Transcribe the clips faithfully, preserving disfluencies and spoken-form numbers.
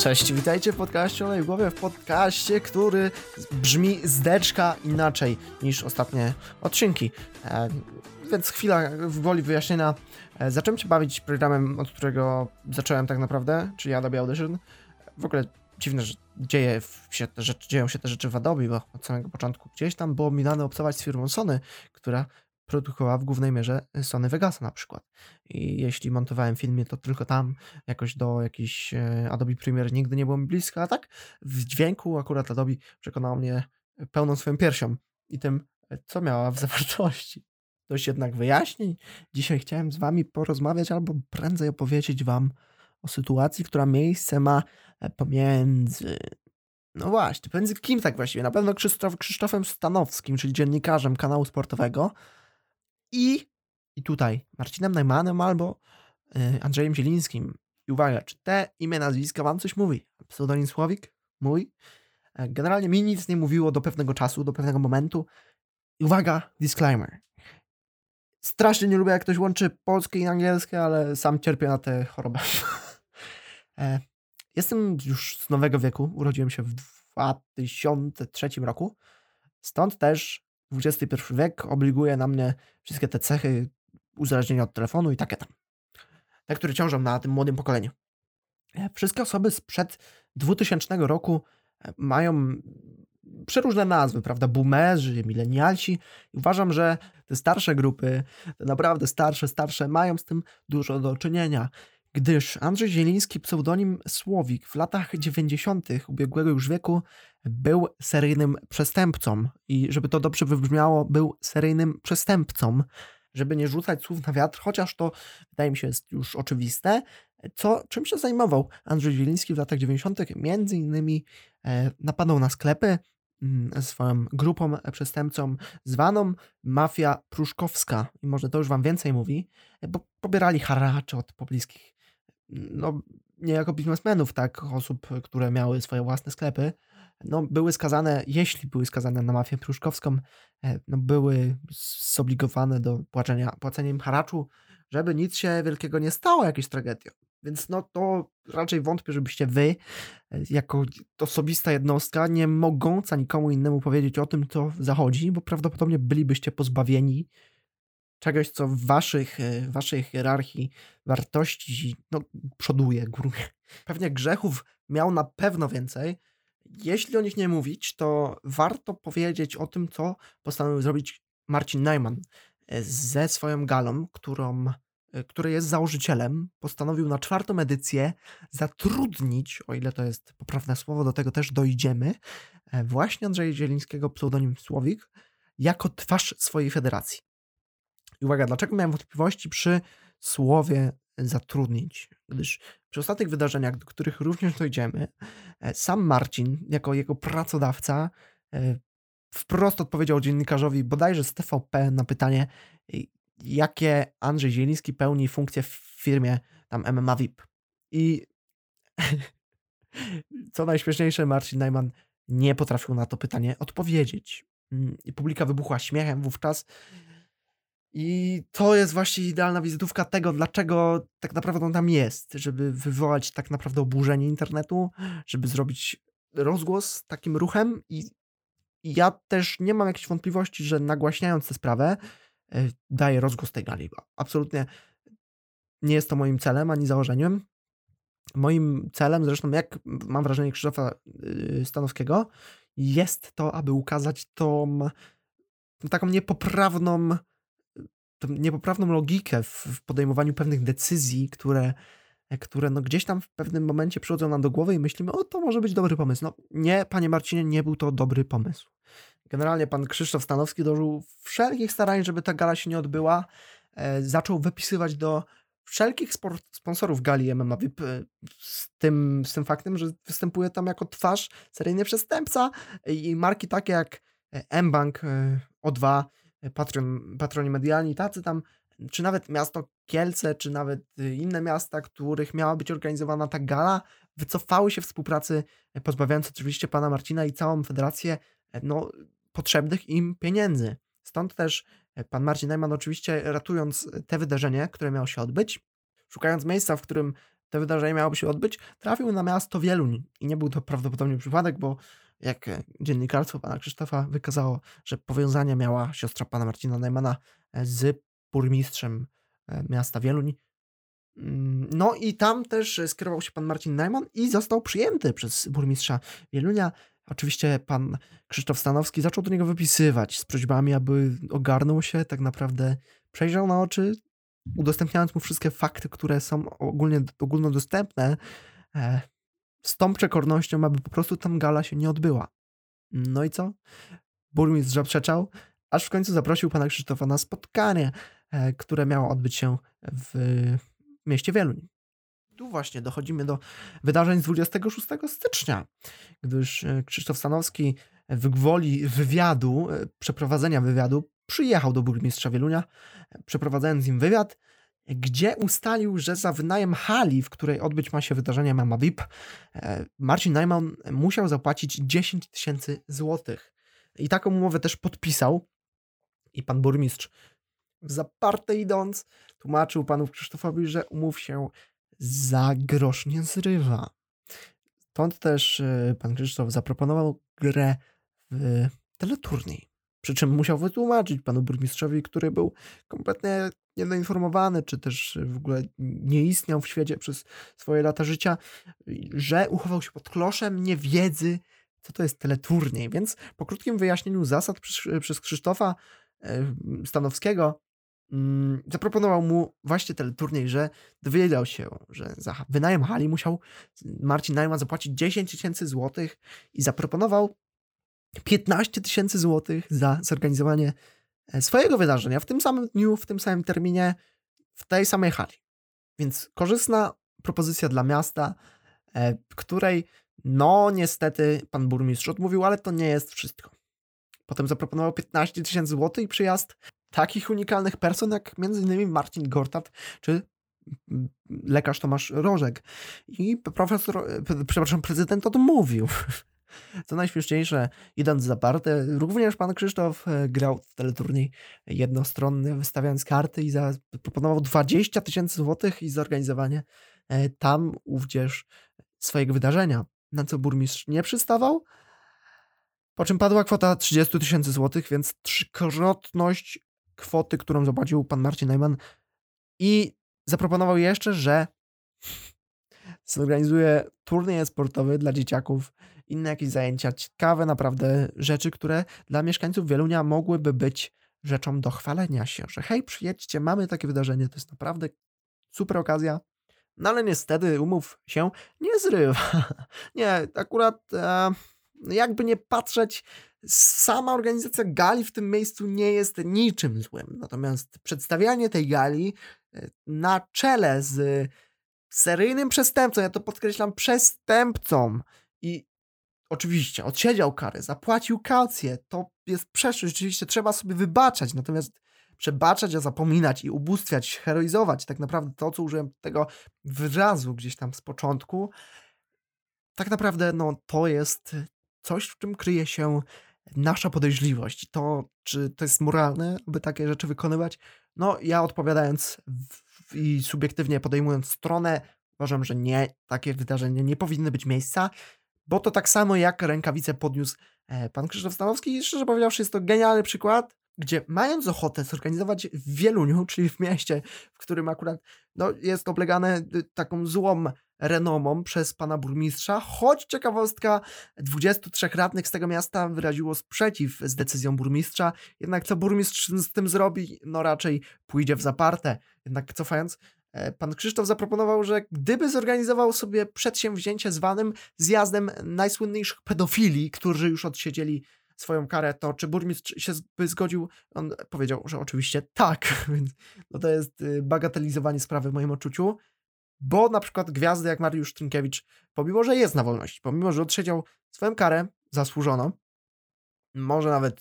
Cześć, witajcie w podcaście Olej w Głowie, w podcaście, który brzmi zdeczka inaczej niż ostatnie odcinki. E, więc chwila woli wyjaśnienia. E, zacząłem się bawić programem, od którego zacząłem tak naprawdę, czyli Adobe Audition. W ogóle dziwne, że dzieje się te rzeczy, dzieją się te rzeczy w Adobe, bo od samego początku gdzieś tam było mi dane obcować z firmą Sony, która produkowała w głównej mierze Sony Vegasa na przykład. I jeśli montowałem filmy, to tylko tam, jakoś do jakiejś e, Adobe Premiere nigdy nie było mi blisko, a tak w dźwięku akurat Adobe przekonało mnie pełną swoją piersią i tym, co miała w zawartości. Dość jednak wyjaśnień. Dzisiaj chciałem z wami porozmawiać, albo prędzej opowiedzieć wam o sytuacji, która miejsce ma pomiędzy... No właśnie, pomiędzy kim tak właściwie? Na pewno Krzysztof, Krzysztofem Stanowskim, czyli dziennikarzem kanału sportowego, i, i tutaj Marcinem Najmanem albo y, Andrzejem Zielińskim. I uwaga, czy te imię, nazwiska wam coś mówi? Pseudonim Słowik? Mój? E, Generalnie mi nic nie mówiło do pewnego czasu, do pewnego momentu. I uwaga, disclaimer. Strasznie nie lubię, jak ktoś łączy polskie i angielskie, ale sam cierpię na tę chorobę. e, Jestem już z nowego wieku, urodziłem się w dwa tysiące trzecim roku, stąd też dwudziesty pierwszy wiek obliguje na mnie wszystkie te cechy uzależnienia od telefonu i takie tam. Te, które ciążą na tym młodym pokoleniu. Wszystkie osoby sprzed dwutysięcznego roku mają przeróżne nazwy, prawda? Boomerzy, milenialsi. I uważam, że te starsze grupy, te naprawdę starsze, starsze, mają z tym dużo do czynienia. Gdyż Andrzej Zieliński, pseudonim Słowik, w latach dziewięćdziesiątych ubiegłego już wieku był seryjnym przestępcą. I żeby to dobrze wybrzmiało, był seryjnym przestępcą. Żeby nie rzucać słów na wiatr, chociaż to wydaje mi się jest już oczywiste, co, czym się zajmował Andrzej Zieliński w latach dziewięćdziesiątych. Między innymi e, napadał na sklepy m, swoją grupą przestępcą zwaną Mafia Pruszkowska. I może to już wam więcej mówi, bo pobierali haracze od pobliskich, no niejako biznesmenów, tak, osób, które miały swoje własne sklepy. No, były skazane, jeśli były skazane na mafię pruszkowską, no, były zobligowane do płacenia, płacenia im haraczu, żeby nic się wielkiego nie stało, jakieś tragedie. Więc no to raczej wątpię, żebyście wy, jako osobista jednostka, nie mogąca nikomu innemu powiedzieć o tym, co zachodzi, bo prawdopodobnie bylibyście pozbawieni czegoś, co w waszych, w waszej hierarchii wartości no, przoduje, góruje. Pewnie grzechów miał na pewno więcej. Jeśli o nich nie mówić, to warto powiedzieć o tym, co postanowił zrobić Marcin Najman ze swoją galą, którą, który jest założycielem. Postanowił na czwartą edycję zatrudnić, o ile to jest poprawne słowo, do tego też dojdziemy, właśnie Andrzeja Zielińskiego, pseudonim Słowik, jako twarz swojej federacji. I uwaga, dlaczego miałem wątpliwości przy słowie zatrudnić? Gdyż przy ostatnich wydarzeniach, do których również dojdziemy, sam Marcin, jako jego pracodawca, wprost odpowiedział dziennikarzowi bodajże z T V P na pytanie, jakie Andrzej Zieliński pełni funkcje w firmie tam M M A V I P. I co najśmieszniejsze, Marcin Najman nie potrafił na to pytanie odpowiedzieć. I publika wybuchła śmiechem wówczas. I to jest właśnie idealna wizytówka tego, dlaczego tak naprawdę on tam jest, żeby wywołać tak naprawdę oburzenie internetu, żeby zrobić rozgłos takim ruchem i, i ja też nie mam jakichś wątpliwości, że nagłaśniając tę sprawę yy, daję rozgłos tej gali. Absolutnie nie jest to moim celem ani założeniem. Moim celem, zresztą jak mam wrażenie Krzysztofa yy, Stanowskiego, jest to, aby ukazać tą, tą taką niepoprawną tą niepoprawną logikę w podejmowaniu pewnych decyzji, które, które no gdzieś tam w pewnym momencie przychodzą nam do głowy i myślimy, o, to może być dobry pomysł. No nie, panie Marcinie, nie był to dobry pomysł. Generalnie pan Krzysztof Stanowski dożył wszelkich starań, żeby ta gala się nie odbyła. E, zaczął wypisywać do wszelkich sport, sponsorów gali M M A V I P z tym, z tym faktem, że występuje tam jako twarz seryjny przestępca i marki takie jak mBank, O dwa, Patron, patroni medialni, tacy tam, czy nawet miasto Kielce, czy nawet inne miasta, których miała być organizowana ta gala, wycofały się współpracy, pozbawiając oczywiście pana Marcina i całą federację no, potrzebnych im pieniędzy. Stąd też pan Marcin Najman, oczywiście ratując te wydarzenie, które miało się odbyć, szukając miejsca, w którym to wydarzenie miało się odbyć, trafił na miasto Wieluń. I nie był to prawdopodobnie przypadek, bo jak dziennikarstwo pana Krzysztofa wykazało, że powiązania miała siostra pana Marcina Najmana z burmistrzem miasta Wieluń. No i tam też skierował się pan Marcin Najman i został przyjęty przez burmistrza Wielunia. Oczywiście pan Krzysztof Stanowski zaczął do niego wypisywać z prośbami, aby ogarnął się, tak naprawdę przejrzał na oczy, udostępniając mu wszystkie fakty, które są ogólnie, ogólnodostępne, e, z tą przekornością, aby po prostu tam gala się nie odbyła. No i co? Burmistrz zaprzeczał, aż w końcu zaprosił pana Krzysztofa na spotkanie, e, które miało odbyć się w mieście Wieluń. Tu właśnie dochodzimy do wydarzeń z dwudziestego szóstego stycznia, gdyż Krzysztof Stanowski w gwoli wywiadu, przeprowadzenia wywiadu, przyjechał do burmistrza Wielunia, przeprowadzając im wywiad, gdzie ustalił, że za wynajem hali, w której odbyć ma się wydarzenie Mama V I P, Marcin Najman musiał zapłacić dziesięć tysięcy złotych. I taką umowę też podpisał i pan burmistrz, zaparte idąc, tłumaczył panu Krzysztofowi, że umów się za grosz nie zrywa. Stąd też pan Krzysztof zaproponował grę w teleturniej. Przy czym musiał wytłumaczyć panu burmistrzowi, który był kompletnie niedoinformowany, czy też w ogóle nie istniał w świecie przez swoje lata życia, że uchował się pod kloszem niewiedzy, co to jest teleturniej. Więc po krótkim wyjaśnieniu zasad przez, przez Krzysztofa Stanowskiego zaproponował mu właśnie teleturniej, że dowiedział się, że za wynajem hali musiał Marcin Najman zapłacić dziesięć tysięcy złotych i zaproponował piętnaście tysięcy złotych za zorganizowanie swojego wydarzenia w tym samym dniu, w tym samym terminie, w tej samej hali. Więc korzystna propozycja dla miasta, której no niestety pan burmistrz odmówił, ale to nie jest wszystko. Potem zaproponował piętnaście tysięcy złotych i przyjazd takich unikalnych person jak między innymi Marcin Gortat czy lekarz Tomasz Rożek. I profesor, przepraszam, prezydent odmówił. Co najśmieszniejsze, idąc zaparte, również pan Krzysztof grał w teleturniej jednostronny, wystawiając karty i zaproponował dwadzieścia tysięcy złotych i zorganizowanie tam ówdzież swojego wydarzenia, na co burmistrz nie przystawał, po czym padła kwota trzydzieści tysięcy złotych, więc trzykrotność kwoty, którą zapłacił pan Marcin Najman, i zaproponował jeszcze, że zorganizuje turniej sportowy dla dzieciaków, inne jakieś zajęcia, ciekawe naprawdę rzeczy, które dla mieszkańców Wielunia mogłyby być rzeczą do chwalenia się, że hej, przyjedźcie, mamy takie wydarzenie, to jest naprawdę super okazja. No ale niestety umów się nie zrywa. Nie, akurat e, jakby nie patrzeć, sama organizacja gali w tym miejscu nie jest niczym złym. Natomiast przedstawianie tej gali na czele z seryjnym przestępcą, ja to podkreślam, przestępcą, i oczywiście odsiedział karę, zapłacił kaucję, to jest przeszłość, rzeczywiście trzeba sobie wybaczać, natomiast przebaczać, a zapominać i ubóstwiać, heroizować, tak naprawdę to, co użyłem tego wyrazu gdzieś tam z początku, tak naprawdę no, to jest coś, w czym kryje się nasza podejrzliwość. To, czy to jest moralne, by takie rzeczy wykonywać? No, ja odpowiadając w, i subiektywnie podejmując stronę, uważam, że nie, takie wydarzenia nie powinny być miejsca, bo to tak samo jak rękawice podniósł e, pan Krzysztof Stanowski, i szczerze powiedziawszy jest to genialny przykład, gdzie mając ochotę zorganizować w Wieluniu, czyli w mieście, w którym akurat no, jest oblegane taką złą renomą przez pana burmistrza, choć ciekawostka, dwudziestu trzech radnych z tego miasta wyraziło sprzeciw z decyzją burmistrza, jednak co burmistrz z tym zrobi? No raczej pójdzie w zaparte. Jednak cofając, pan Krzysztof zaproponował, że gdyby zorganizował sobie przedsięwzięcie zwanym zjazdem najsłynniejszych pedofili, którzy już odsiedzieli swoją karę, to czy burmistrz się by zgodził? On powiedział, że oczywiście tak, więc no to jest bagatelizowanie sprawy w moim odczuciu, bo na przykład gwiazdy jak Mariusz Trynkiewicz, pomimo że jest na wolności, pomimo że odsiedział swoją karę zasłużoną, może nawet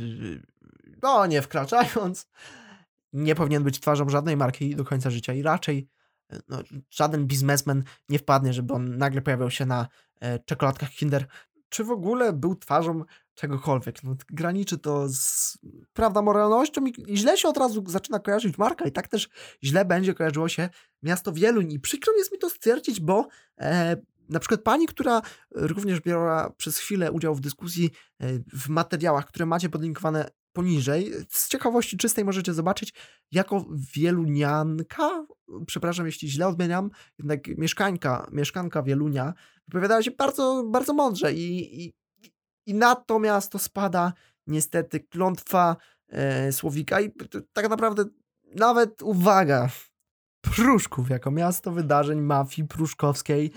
no nie wkraczając, nie powinien być twarzą żadnej marki do końca życia i raczej no, żaden biznesmen nie wpadnie, żeby on nagle pojawiał się na e, czekoladkach Kinder, czy w ogóle był twarzą czegokolwiek. No, graniczy to z, prawda, moralnością i, i źle się od razu zaczyna kojarzyć marka i tak też źle będzie kojarzyło się miasto Wieluń. I przykro jest mi to stwierdzić, bo e, na przykład pani, która również brała przez chwilę udział w dyskusji e, w materiałach, które macie podlinkowane poniżej, z ciekawości czystej możecie zobaczyć, jako wielunianka, przepraszam, jeśli źle odmieniam, jednak mieszkańka, mieszkanka Wielunia, wypowiadała się bardzo, bardzo mądrze i, i, i na to miasto spada niestety klątwa e, Słowika i t- tak naprawdę nawet, uwaga, Pruszków jako miasto wydarzeń mafii pruszkowskiej,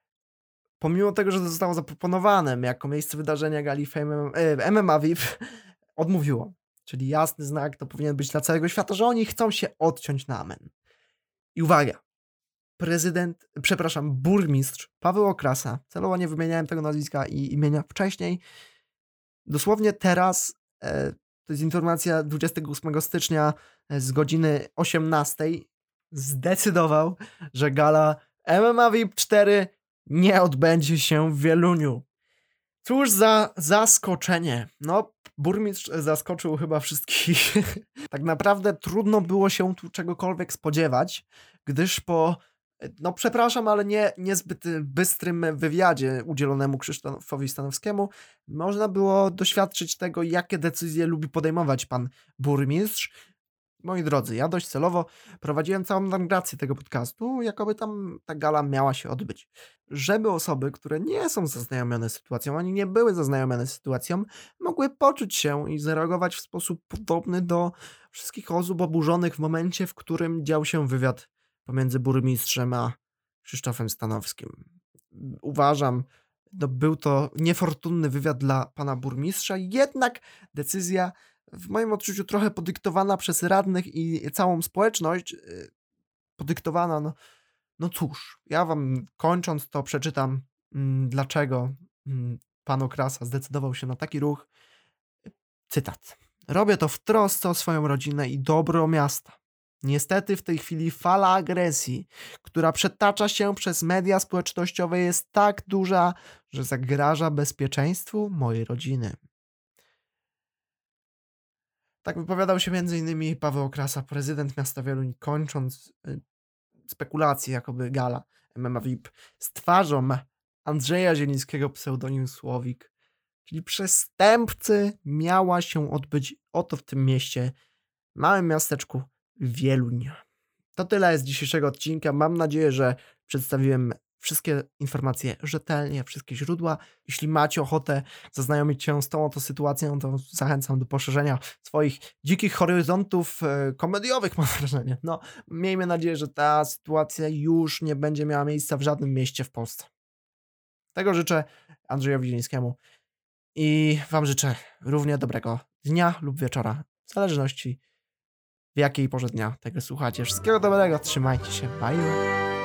pomimo tego, że to zostało zaproponowane jako miejsce wydarzenia gali Fame e, M M A V I P, odmówiło. Czyli jasny znak to powinien być dla całego świata, że oni chcą się odciąć na amen. I uwaga, prezydent, przepraszam, burmistrz Paweł Okrasa, celowo nie wymieniałem tego nazwiska i imienia wcześniej, dosłownie teraz, e, to jest informacja dwudziestego ósmego stycznia z godziny osiemnastej, zdecydował, że gala M M A V I P cztery nie odbędzie się w Wieluniu. Cóż za zaskoczenie. No, burmistrz zaskoczył chyba wszystkich. Tak naprawdę trudno było się tu czegokolwiek spodziewać, gdyż po, no przepraszam, ale nie niezbyt bystrym wywiadzie udzielonemu Krzysztofowi Stanowskiemu można było doświadczyć tego, jakie decyzje lubi podejmować pan burmistrz. Moi drodzy, ja dość celowo prowadziłem całą narrację tego podcastu, jakoby tam ta gala miała się odbyć. Żeby osoby, które nie są zaznajomione z sytuacją, ani nie były zaznajomione z sytuacją, mogły poczuć się i zareagować w sposób podobny do wszystkich osób oburzonych w momencie, w którym dział się wywiad pomiędzy burmistrzem a Krzysztofem Stanowskim. Uważam, no był to niefortunny wywiad dla pana burmistrza, jednak decyzja w moim odczuciu trochę podyktowana przez radnych i całą społeczność, podyktowana, no, no cóż, ja wam kończąc to przeczytam, mm, dlaczego mm, pan Okrasa zdecydował się na taki ruch. Cytat. Robię to w trosce o swoją rodzinę i dobro miasta. Niestety w tej chwili fala agresji, która przetacza się przez media społecznościowe, jest tak duża, że zagraża bezpieczeństwu mojej rodziny. Tak wypowiadał się między innymi Paweł Okrasa, prezydent miasta Wieluń, kończąc y, spekulacje, jakoby gala M M A V I P z twarzą Andrzeja Zielińskiego, pseudonim Słowik, czyli przestępcy, miała się odbyć oto w tym mieście, małym miasteczku Wieluń. To tyle z dzisiejszego odcinka. Mam nadzieję, że przedstawiłem wszystkie informacje rzetelnie, wszystkie źródła. Jeśli macie ochotę zaznajomić się z tą oto sytuacją, to zachęcam do poszerzenia swoich dzikich horyzontów e, komediowych, mam wrażenie. No, miejmy nadzieję, że ta sytuacja już nie będzie miała miejsca w żadnym mieście w Polsce. Tego życzę Andrzejowi Zielińskiemu i wam życzę równie dobrego dnia lub wieczora, w zależności w jakiej porze dnia tego słuchacie. Wszystkiego dobrego, trzymajcie się, bye!